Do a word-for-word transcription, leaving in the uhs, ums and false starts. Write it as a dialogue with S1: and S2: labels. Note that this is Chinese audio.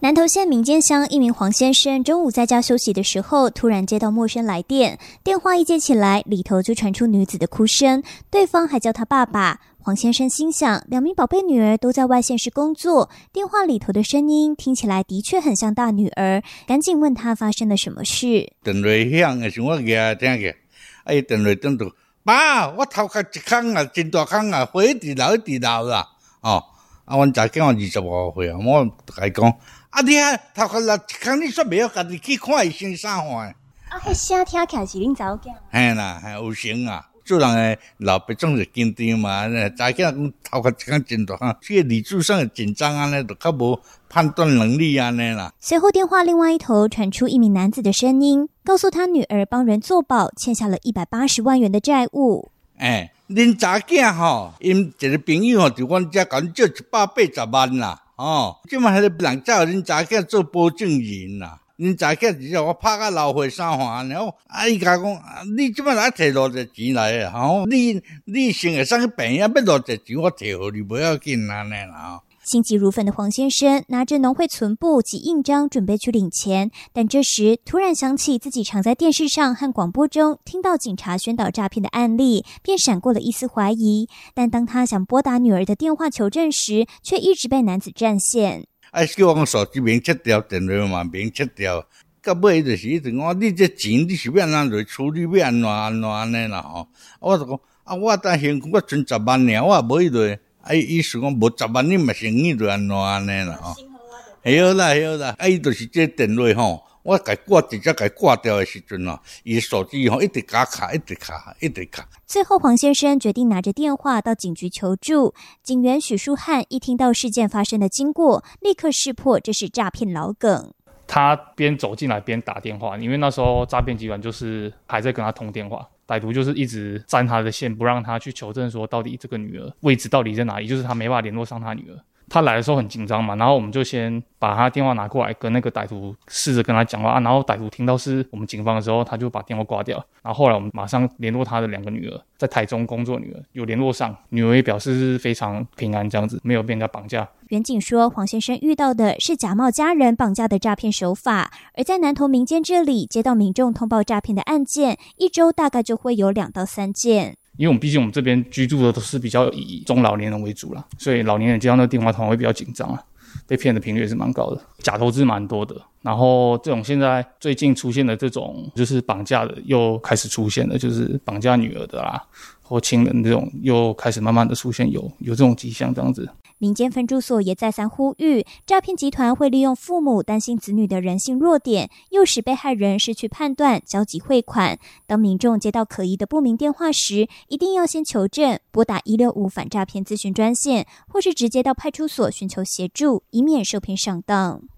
S1: 南投县民间乡一名黄先生中午在家休息的时候，突然接到陌生来电，电话一接起来，里头就传出女子的哭声，对方还叫他爸爸。黄先生心想，两名宝贝女儿都在外县市工作，电话里头的声音听起来的确很像大女儿，赶紧问他发生了什么事。
S2: 电话响的时候，我举听起，啊，伊电话等到爸，我头壳一空啊，真大空啊，火一直流一直流啦，哦，啊，阮查囝二十五岁啊，我甲伊讲。啊！你啊，头壳落一空，你煞袂晓家己去看医生啥货？啊，
S1: 迄声听起来是恁查某囝？
S2: 嘿啦，嘿有成啊！做人诶，老爸总是紧张嘛。查囝讲头壳一空真大空，这个理智上的紧张安尼，就较无判断能力安尼啦。
S1: 随后电话另外一头传出一名男子的声音，告诉他女儿帮人作保，欠下了一百八十万元的债务。
S2: 哎，恁查囝吼，因一个朋友吼，伫阮遮甲阮借一百八十万啦。哦，即摆迄个人找恁查囝做保证人啦，恁查囝只叫我拍甲老岁三环，然后啊伊甲讲，你即摆来摕偌济钱来啊？吼，你你先会上去病院，要偌济钱我摕互你，不要紧安尼啦。
S1: 心急如焚的黄先生拿着农会存簿及印章准备去领钱，但这时突然想起自己常在电视上和广播中听到警察宣导诈骗的案例，便闪过了一丝怀疑。但当他想拨打女儿的电话求证时，却一直被男子占线。
S2: 啊，叫我手机免切掉，电话嘛免切掉，到尾就是一直讲你这钱你是要安怎处理，要安怎安怎安尼啦吼。我就讲啊，我当现我存十万尔，我也无迄落。啊，意思讲无十万，你嘛生意就安怎安尼啦吼？会晓啦，会晓啦。啊，伊就是这电话吼，我甲挂直接甲挂掉的时阵哦，伊手机吼一直卡卡，一直卡，一直卡。
S1: 最后，黄先生决定拿着电话到警局求助。警员许书汉一听到事件发生的经过，立刻识破这是诈骗老梗。
S3: 他边走进来边打电话，因为那时候诈骗集团就是还在跟他通电话。歹徒就是一直占他的线，不让他去求证说到底这个女儿位置到底在哪里，就是他没办法联络上他女儿。他来的时候很紧张嘛，然后我们就先把他电话拿过来跟那个歹徒试着跟他讲话啊，然后歹徒听到是我们警方的时候，他就把电话挂掉。然后后来我们马上联络他的两个女儿，在台中工作女儿有联络上，女儿也表示是非常平安，这样子没有被人家绑架。
S1: 远警说，黄先生遇到的是假冒家人绑架的诈骗手法，而在南投民间这里接到民众通报诈骗的案件，一周大概就会有两到三件。
S3: 因为我们毕竟我们这边居住的都是比较以中老年人为主啦，所以老年人接到那个电话通常会比较紧张啊，被骗的频率也是蛮高的，假投资蛮多的。然后这种现在最近出现的这种就是绑架的又开始出现了，就是绑架女儿的啦或亲人这种又开始慢慢的出现，有有这种迹象这样子。
S1: 民间分驻所也再三呼吁，诈骗集团会利用父母担心子女的人性弱点，诱使被害人失去判断，焦急汇款。当民众接到可疑的不明电话时，一定要先求证，拨打一六五反诈骗咨询专线，或是直接到派出所寻求协助，以免受骗上当。